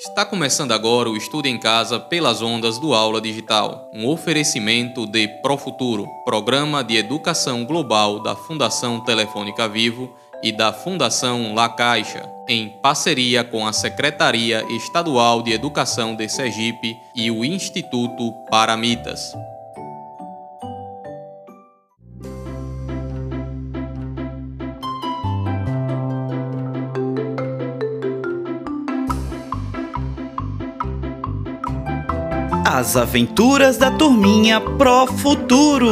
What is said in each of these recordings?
Está começando agora o Estudo em Casa pelas ondas do Aula Digital, um oferecimento de Profuturo, Programa de Educação Global da Fundação Telefônica Vivo e da Fundação La Caixa, em parceria com a Secretaria Estadual de Educação de Sergipe e o Instituto Paramitas. As aventuras da turminha Profuturo.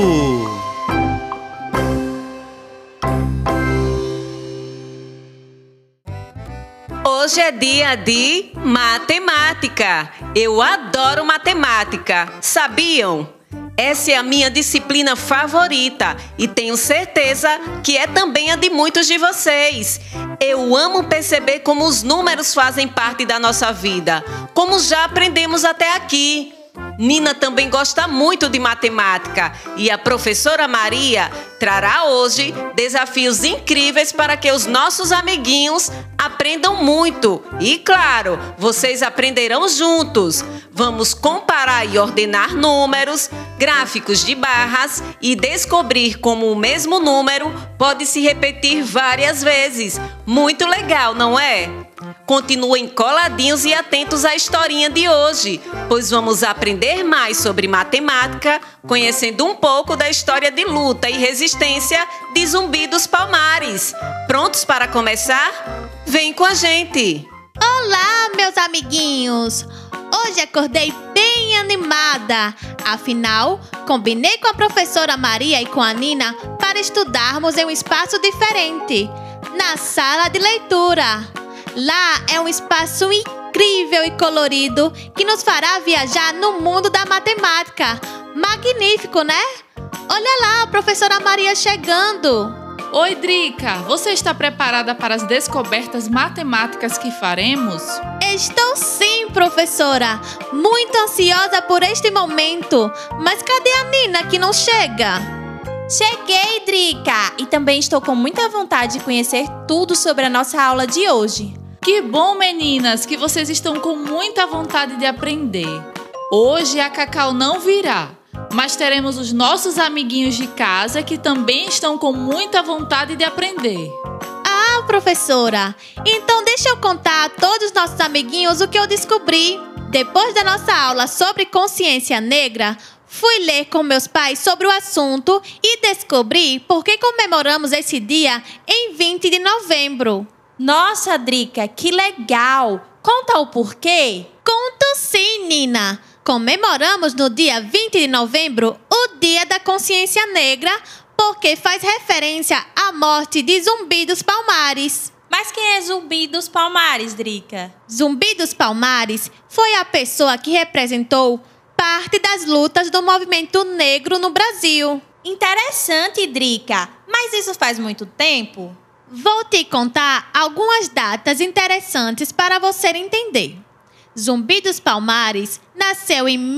Hoje é dia de matemática. Eu adoro matemática. Sabiam? Essa é a minha disciplina favorita e tenho certeza que é também a de muitos de vocês. Eu amo perceber como os números fazem parte da nossa vida, como já aprendemos até aqui. Nina também gosta muito de matemática e a professora Maria trará hoje desafios incríveis para que os nossos amiguinhos aprendam muito. E claro, vocês aprenderão juntos. Vamos comparar e ordenar números, gráficos de barras e descobrir como o mesmo número pode se repetir várias vezes. Muito legal, não é? Continuem coladinhos e atentos à historinha de hoje, pois vamos aprender mais sobre matemática, conhecendo um pouco da história de luta e resistência de Zumbi dos Palmares. Prontos para começar? Vem com a gente! Olá, meus amiguinhos! Hoje acordei bem animada. Afinal, combinei com a professora Maria e com a Nina para estudarmos em um espaço diferente, na sala de leitura. Lá é um espaço incrível e colorido que nos fará viajar no mundo da matemática. Magnífico, né? Olha lá, a professora Maria chegando. Oi, Drica. Você está preparada para as descobertas matemáticas que faremos? Estou sim, professora. Muito ansiosa por este momento. Mas cadê a Nina que não chega? Cheguei, Drica! E também estou com muita vontade de conhecer tudo sobre a nossa aula de hoje. Que bom, meninas, que vocês estão com muita vontade de aprender. Hoje a Cacau não virá, mas teremos os nossos amiguinhos de casa que também estão com muita vontade de aprender. Ah, professora! Então deixa eu contar a todos os nossos amiguinhos o que eu descobri. Depois da nossa aula sobre consciência negra, fui ler com meus pais sobre o assunto e descobri por que comemoramos esse dia em 20 de novembro. Nossa, Drica, que legal! Conta o porquê? Conto sim, Nina! Comemoramos no dia 20 de novembro o Dia da Consciência Negra porque faz referência à morte de Zumbi dos Palmares. Mas quem é Zumbi dos Palmares, Drica? Zumbi dos Palmares foi a pessoa que representou parte das lutas do movimento negro no Brasil. Interessante, Drica. Mas isso faz muito tempo? Vou te contar algumas datas interessantes para você entender. Zumbi dos Palmares nasceu em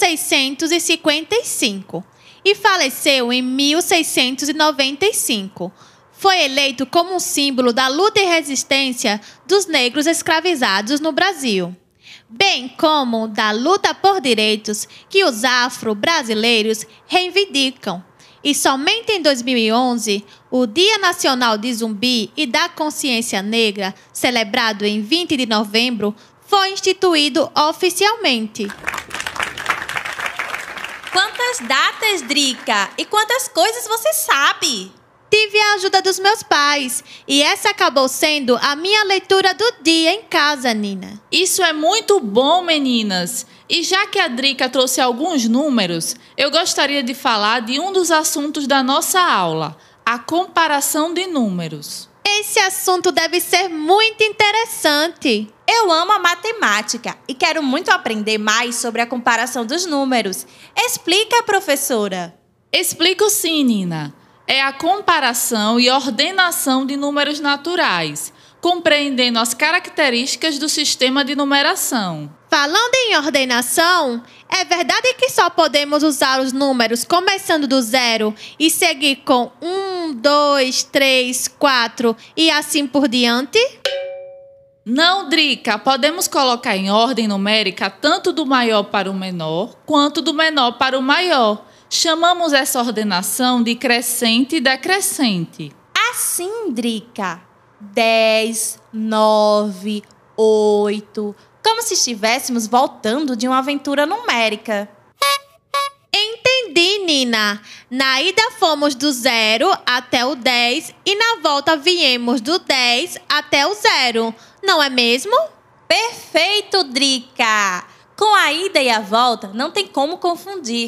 1655 e faleceu em 1695. Foi eleito como um símbolo da luta e resistência dos negros escravizados no Brasil, bem como da luta por direitos que os afro-brasileiros reivindicam. E somente em 2011, o Dia Nacional de Zumbi e da Consciência Negra, celebrado em 20 de novembro, foi instituído oficialmente. Quantas datas, Drica? E quantas coisas você sabe? Tive a ajuda dos meus pais e essa acabou sendo a minha leitura do dia em casa, Nina. Isso é muito bom, meninas! E já que a Drica trouxe alguns números, eu gostaria de falar de um dos assuntos da nossa aula, a comparação de números. Esse assunto deve ser muito interessante. Eu amo a matemática e quero muito aprender mais sobre a comparação dos números. Explica, professora. Explico sim, Nina. É a comparação e ordenação de números naturais, compreendendo as características do sistema de numeração. Falando em ordenação, é verdade que só podemos usar os números começando do zero e seguir com 1, 2, 3, 4 e assim por diante? Não, Drica, podemos colocar em ordem numérica tanto do maior para o menor, quanto do menor para o maior. Chamamos essa ordenação de crescente e decrescente. Assim, Drica. 10, 9, 8... Como se estivéssemos voltando de uma aventura numérica. Entendi, Nina. Na ida fomos do 0 até o 10 e na volta viemos do 10 até o 0. Não é mesmo? Perfeito, Drica! Com a ida e a volta, não tem como confundir.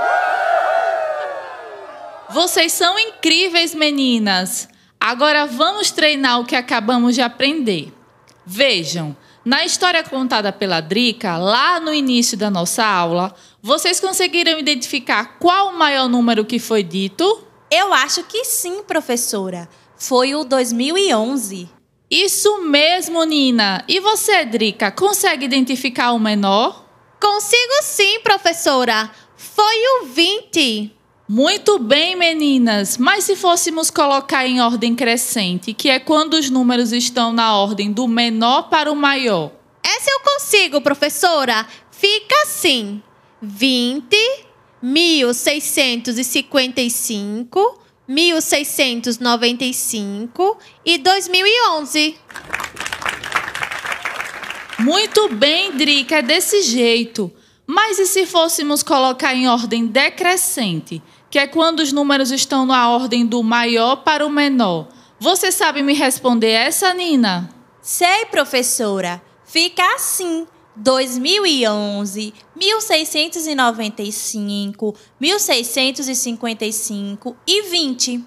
Vocês são incríveis, meninas! Agora vamos treinar o que acabamos de aprender. Vejam, na história contada pela Drica, lá no início da nossa aula, vocês conseguiram identificar qual o maior número que foi dito? Eu acho que sim, professora. Foi o 2011. Isso mesmo, Nina. E você, Drica, consegue identificar o menor? Consigo sim, professora. Foi o 20. Muito bem, meninas. Mas se fôssemos colocar em ordem crescente, que é quando os números estão na ordem do menor para o maior? Essa eu consigo, professora. Fica assim: 20, 1655, 1695 e 2011. Muito bem, Drica, é desse jeito. Mas e se fôssemos colocar em ordem decrescente, que é quando os números estão na ordem do maior para o menor? Você sabe me responder essa, Nina? Sei, professora. Fica assim: 2011, 1695, 1655 e 20.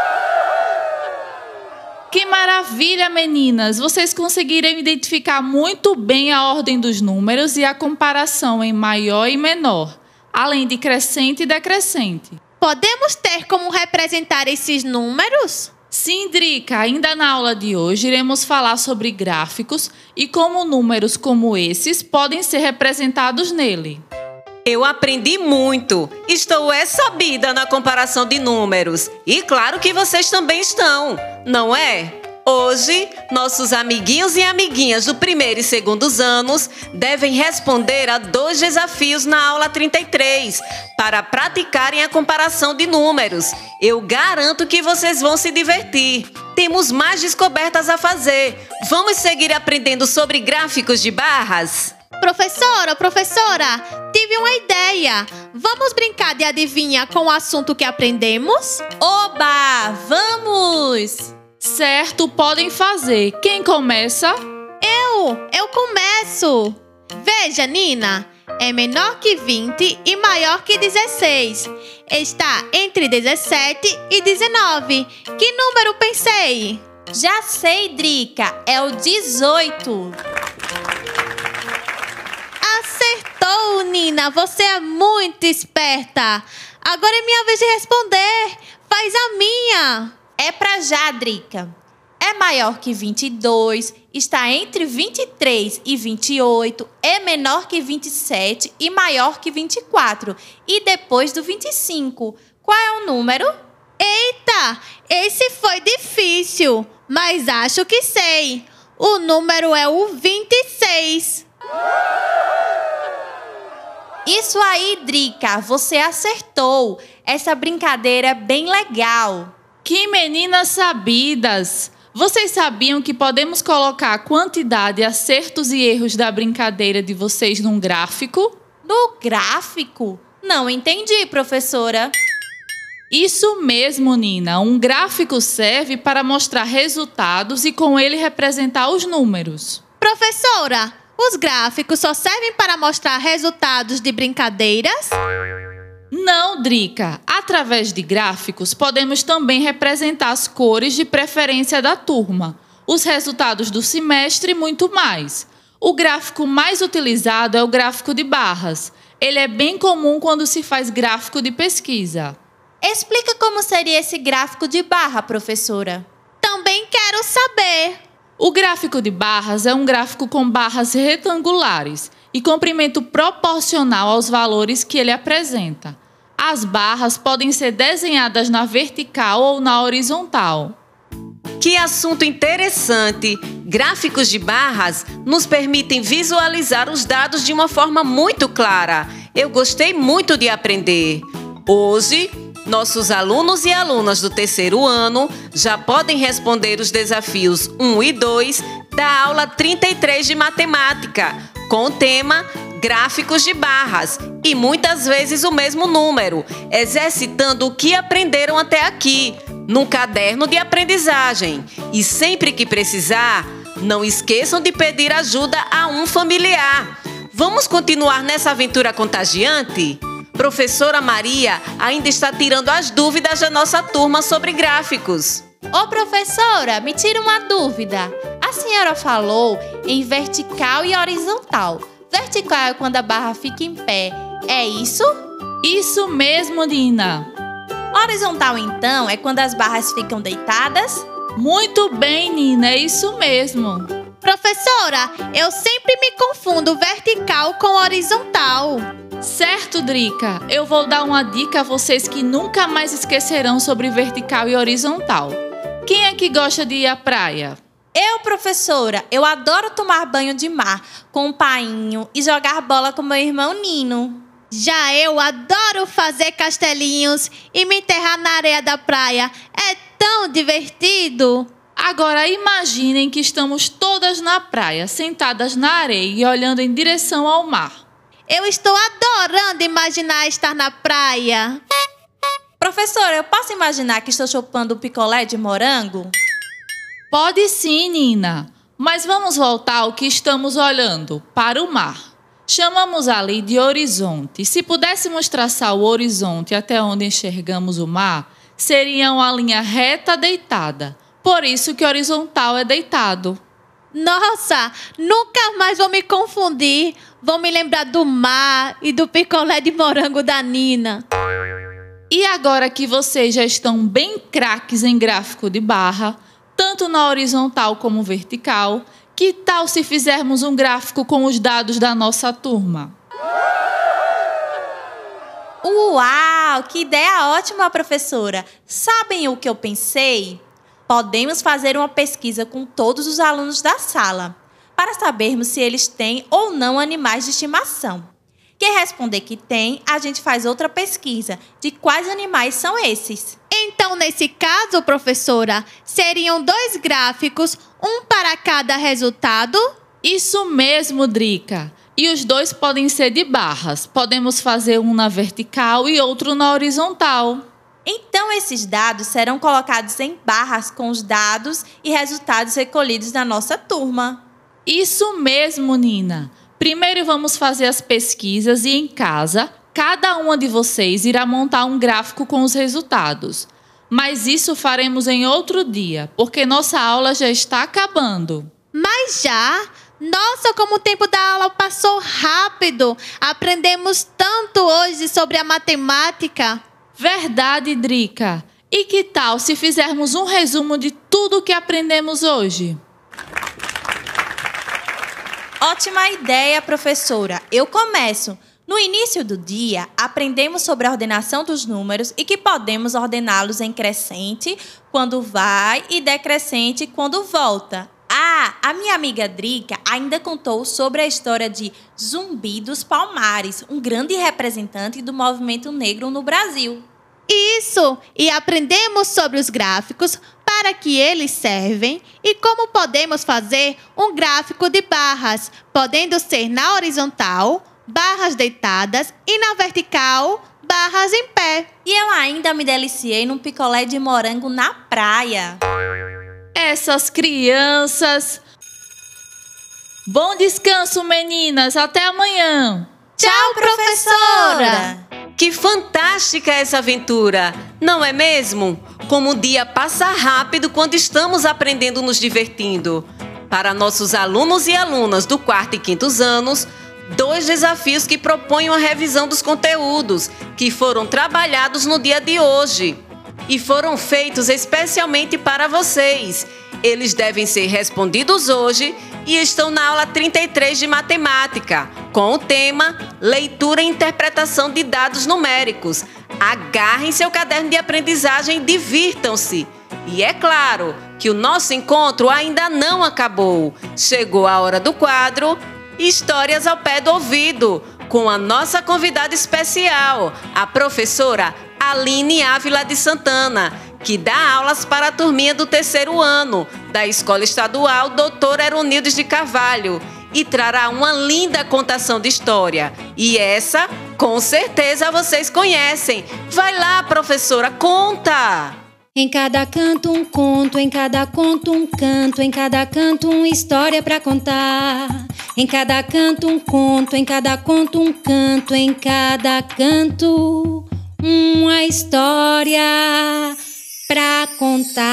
Que maravilha, meninas! Vocês conseguiram identificar muito bem a ordem dos números e a comparação em maior e menor, além de crescente e decrescente. Podemos ter como representar esses números? Sim, Drica, ainda na aula de hoje iremos falar sobre gráficos e como números como esses podem ser representados nele. Eu aprendi muito. Estou sabida na comparação de números. E claro que vocês também estão, não é? Hoje, nossos amiguinhos e amiguinhas do primeiro e segundos anos devem responder a 2 desafios na aula 33 para praticarem a comparação de números. Eu garanto que vocês vão se divertir. Temos mais descobertas a fazer. Vamos seguir aprendendo sobre gráficos de barras? Professora, tive uma ideia. Vamos brincar de adivinha com o assunto que aprendemos? Oba! Vamos! Certo, podem fazer. Quem começa? Eu começo. Veja, Nina, é menor que 20 e maior que 16. Está entre 17 e 19. Que número pensei? Já sei, Drica. É o 18. Acertou, Nina. Você é muito esperta. Agora é minha vez de responder. Faz a minha. É pra já, Drica. É maior que 22, está entre 23 e 28, é menor que 27 e maior que 24. E depois do 25, qual é o número? Eita, esse foi difícil, mas acho que sei. O número é o 26. Isso aí, Drica, você acertou. Essa brincadeira é bem legal. Que meninas sabidas! Vocês sabiam que podemos colocar a quantidade, acertos e erros da brincadeira de vocês num gráfico? No gráfico? Não entendi, professora. Isso mesmo, Nina. Um gráfico serve para mostrar resultados e com ele representar os números. Professora, os gráficos só servem para mostrar resultados de brincadeiras? Não, Drica. Através de gráficos, podemos também representar as cores de preferência da turma, os resultados do semestre e muito mais. O gráfico mais utilizado é o gráfico de barras. Ele é bem comum quando se faz gráfico de pesquisa. Explica como seria esse gráfico de barra, professora. Também quero saber. O gráfico de barras é um gráfico com barras retangulares e comprimento proporcional aos valores que ele apresenta. As barras podem ser desenhadas na vertical ou na horizontal. Que assunto interessante! Gráficos de barras nos permitem visualizar os dados de uma forma muito clara. Eu gostei muito de aprender. Hoje, nossos alunos e alunas do terceiro ano já podem responder os desafios 1 e 2 da aula 33 de matemática, com o tema gráficos de barras e muitas vezes o mesmo número, exercitando o que aprenderam até aqui, num caderno de aprendizagem. E sempre que precisar, não esqueçam de pedir ajuda a um familiar. Vamos continuar nessa aventura contagiante? Professora Maria ainda está tirando as dúvidas da nossa turma sobre gráficos. Ô professora, me tira uma dúvida. A senhora falou em vertical e horizontal. Vertical é quando a barra fica em pé, é isso? Isso mesmo, Nina. Horizontal, então, é quando as barras ficam deitadas? Muito bem, Nina, é isso mesmo. Professora, eu sempre me confundo vertical com horizontal. Certo, Drica. Eu vou dar uma dica a vocês que nunca mais esquecerão sobre vertical e horizontal. Quem é que gosta de ir à praia? Eu, professora, eu adoro tomar banho de mar com um painho e jogar bola com meu irmão Nino. Já eu adoro fazer castelinhos e me enterrar na areia da praia. É tão divertido! Agora imaginem que estamos todas na praia, sentadas na areia e olhando em direção ao mar. Eu estou adorando imaginar estar na praia. Professora, eu posso imaginar que estou chupando um picolé de morango? Pode sim, Nina. Mas vamos voltar ao que estamos olhando, para o mar. Chamamos ali de horizonte. Se pudéssemos traçar o horizonte até onde enxergamos o mar, seria uma linha reta deitada. Por isso que horizontal é deitado. Nossa, nunca mais vou me confundir. Vou me lembrar do mar e do picolé de morango da Nina. E agora que vocês já estão bem craques em gráfico de barra, tanto na horizontal como vertical, que tal se fizermos um gráfico com os dados da nossa turma? Uau, que ideia ótima, professora! Sabem o que eu pensei? Podemos fazer uma pesquisa com todos os alunos da sala, para sabermos se eles têm ou não animais de estimação. Quem responder que tem, a gente faz outra pesquisa de quais animais são esses. Então, nesse caso, professora, seriam 2 gráficos, um para cada resultado? Isso mesmo, Drica. E os 2 podem ser de barras. Podemos fazer um na vertical e outro na horizontal. Então, esses dados serão colocados em barras com os dados e resultados recolhidos da nossa turma. Isso mesmo, Nina. Primeiro vamos fazer as pesquisas e em casa, cada uma de vocês irá montar um gráfico com os resultados. Mas isso faremos em outro dia, porque nossa aula já está acabando. Mas já? Nossa, como o tempo da aula passou rápido! Aprendemos tanto hoje sobre a matemática. Verdade, Drica. E que tal se fizermos um resumo de tudo o que aprendemos hoje? Ótima ideia, professora. Eu começo. No início do dia, aprendemos sobre a ordenação dos números e que podemos ordená-los em crescente quando vai e decrescente quando volta. Ah, a minha amiga Drica ainda contou sobre a história de Zumbi dos Palmares, um grande representante do movimento negro no Brasil. Isso! E aprendemos sobre os gráficos, para que eles servem e como podemos fazer um gráfico de barras, podendo ser na horizontal, barras deitadas e na vertical, barras em pé. E eu ainda me deliciei num picolé de morango na praia. Essas crianças! Bom descanso, meninas! Até amanhã! Tchau, professora! Que fantástica essa aventura, não é mesmo? Como o dia passa rápido quando estamos aprendendo e nos divertindo. Para nossos alunos e alunas do 4º e 5º anos, 2 desafios que propõem uma revisão dos conteúdos que foram trabalhados no dia de hoje e foram feitos especialmente para vocês. Eles devem ser respondidos hoje e estão na aula 33 de matemática, com o tema Leitura e Interpretação de Dados Numéricos. Agarrem seu caderno de aprendizagem e divirtam-se. E é claro que o nosso encontro ainda não acabou. Chegou a hora do quadro Histórias ao Pé do Ouvido, com a nossa convidada especial, a professora Aline Ávila de Santana, que dá aulas para a turminha do 3º ano da Escola Estadual Dr. Eronildes de Carvalho e trará uma linda contação de história. E essa, com certeza, vocês conhecem. Vai lá, professora, conta! Em cada canto um conto, em cada conto um canto, em cada canto uma história pra contar. Em cada canto um conto, em cada conto um canto, em cada canto uma história pra contar.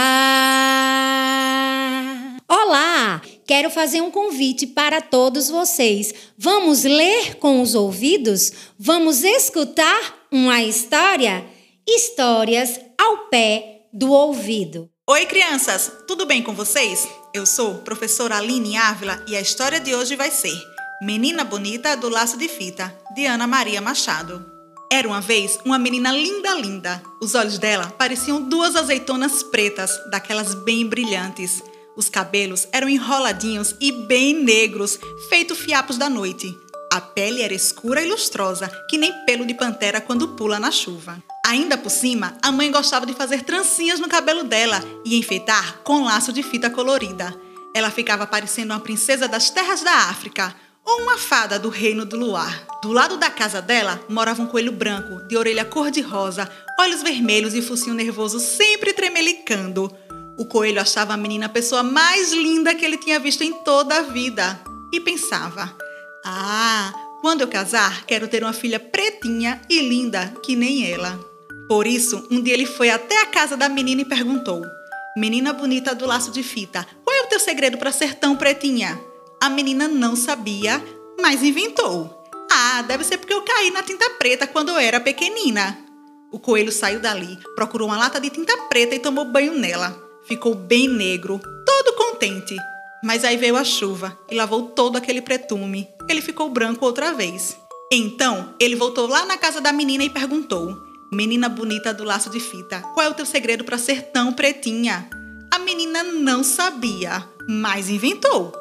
Olá! Quero fazer um convite para todos vocês. Vamos ler com os ouvidos? Vamos escutar uma história? Histórias ao pé do ouvido. Oi, crianças! Tudo bem com vocês? Eu sou professora Aline Ávila e a história de hoje vai ser Menina Bonita do Laço de Fita, de Ana Maria Machado. Era uma vez uma menina linda, linda. Os olhos dela pareciam 2 azeitonas pretas, daquelas bem brilhantes. Os cabelos eram enroladinhos e bem negros, feito fiapos da noite. A pele era escura e lustrosa, que nem pelo de pantera quando pula na chuva. Ainda por cima, a mãe gostava de fazer trancinhas no cabelo dela e enfeitar com laço de fita colorida. Ela ficava parecendo uma princesa das terras da África ou uma fada do reino do luar. Do lado da casa dela morava um coelho branco, de orelha cor-de-rosa, olhos vermelhos e focinho nervoso sempre tremelicando. O coelho achava a menina a pessoa mais linda que ele tinha visto em toda a vida e pensava: quando eu casar, quero ter uma filha pretinha e linda que nem ela. Por isso, um dia ele foi até a casa da menina e perguntou: Menina bonita do laço de fita, qual é o teu segredo para ser tão pretinha? A menina não sabia, mas inventou: deve ser porque eu caí na tinta preta quando eu era pequenina. O coelho saiu dali, procurou uma lata de tinta preta e tomou banho nela. Ficou bem negro, todo contente. Mas aí veio a chuva e lavou todo aquele pretume. Ele ficou branco outra vez. Então, ele voltou lá na casa da menina e perguntou: Menina bonita do laço de fita, qual é o teu segredo para ser tão pretinha? A menina não sabia, mas inventou: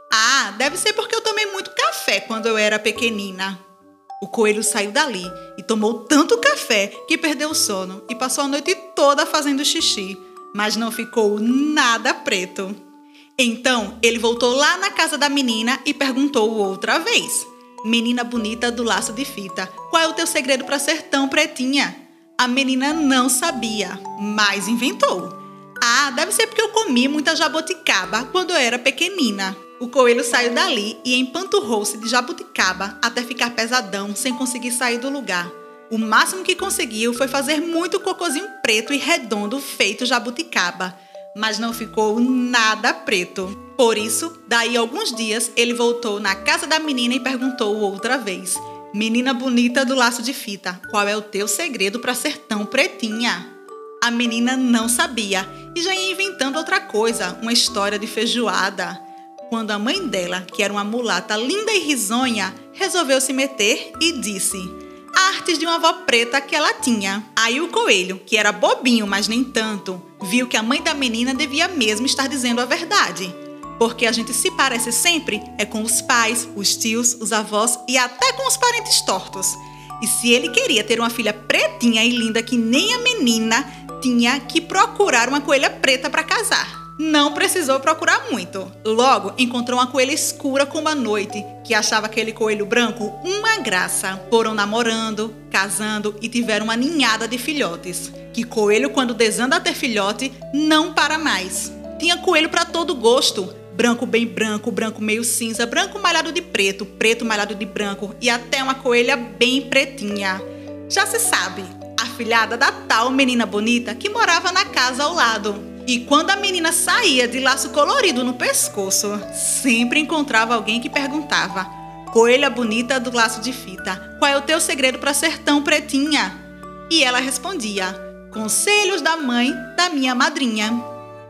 deve ser porque eu tomei muito café quando eu era pequenina. O coelho saiu dali e tomou tanto café que perdeu o sono e passou a noite toda fazendo xixi, mas não ficou nada preto. Então, ele voltou lá na casa da menina e perguntou outra vez: Menina bonita do laço de fita, qual é o teu segredo para ser tão pretinha? A menina não sabia, mas inventou: deve ser porque eu comi muita jabuticaba quando eu era pequenina. O coelho saiu dali e empanturrou-se de jabuticaba até ficar pesadão, sem conseguir sair do lugar. O máximo que conseguiu foi fazer muito cocôzinho preto e redondo feito jabuticaba, mas não ficou nada preto. Por isso, daí a alguns dias, ele voltou na casa da menina e perguntou outra vez: Menina bonita do laço de fita, qual é o teu segredo para ser tão pretinha? A menina não sabia e já ia inventando outra coisa, uma história de feijoada. Quando a mãe dela, que era uma mulata linda e risonha, resolveu se meter e disse: Artes de uma avó preta que ela tinha. Aí o coelho, que era bobinho, mas nem tanto, viu que a mãe da menina devia mesmo estar dizendo a verdade. Porque a gente se parece sempre com os pais, os tios, os avós e até com os parentes tortos. E se ele queria ter uma filha pretinha e linda que nem a menina, tinha que procurar uma coelha preta para casar. Não precisou procurar muito. Logo, encontrou uma coelha escura como a noite, que achava aquele coelho branco uma graça. Foram namorando, casando e tiveram uma ninhada de filhotes. Que coelho, quando desanda a ter filhote, não para mais. Tinha coelho para todo gosto. Branco bem branco, branco meio cinza, branco malhado de preto, preto malhado de branco e até uma coelha bem pretinha. Já se sabe, a filhada da tal menina bonita que morava na casa ao lado. E quando a menina saía de laço colorido no pescoço, sempre encontrava alguém que perguntava: Coelha bonita do laço de fita, qual é o teu segredo para ser tão pretinha? E ela respondia: Conselhos da mãe da minha madrinha.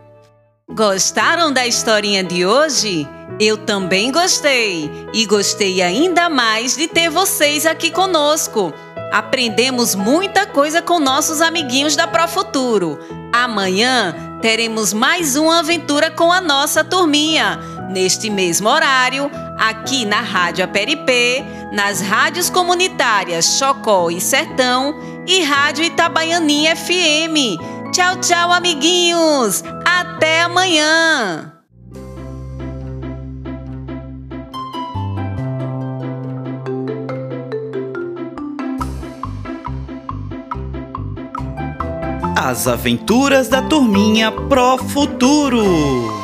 Gostaram da historinha de hoje? Eu também gostei. E gostei ainda mais de ter vocês aqui conosco. Aprendemos muita coisa com nossos amiguinhos da Profuturo. Amanhã teremos mais uma aventura com a nossa turminha, neste mesmo horário, aqui na Rádio Aperipê, nas rádios comunitárias Chocó e Sertão e Rádio Itabaianinha FM. Tchau, tchau, amiguinhos! Até amanhã! As aventuras da turminha Profuturo.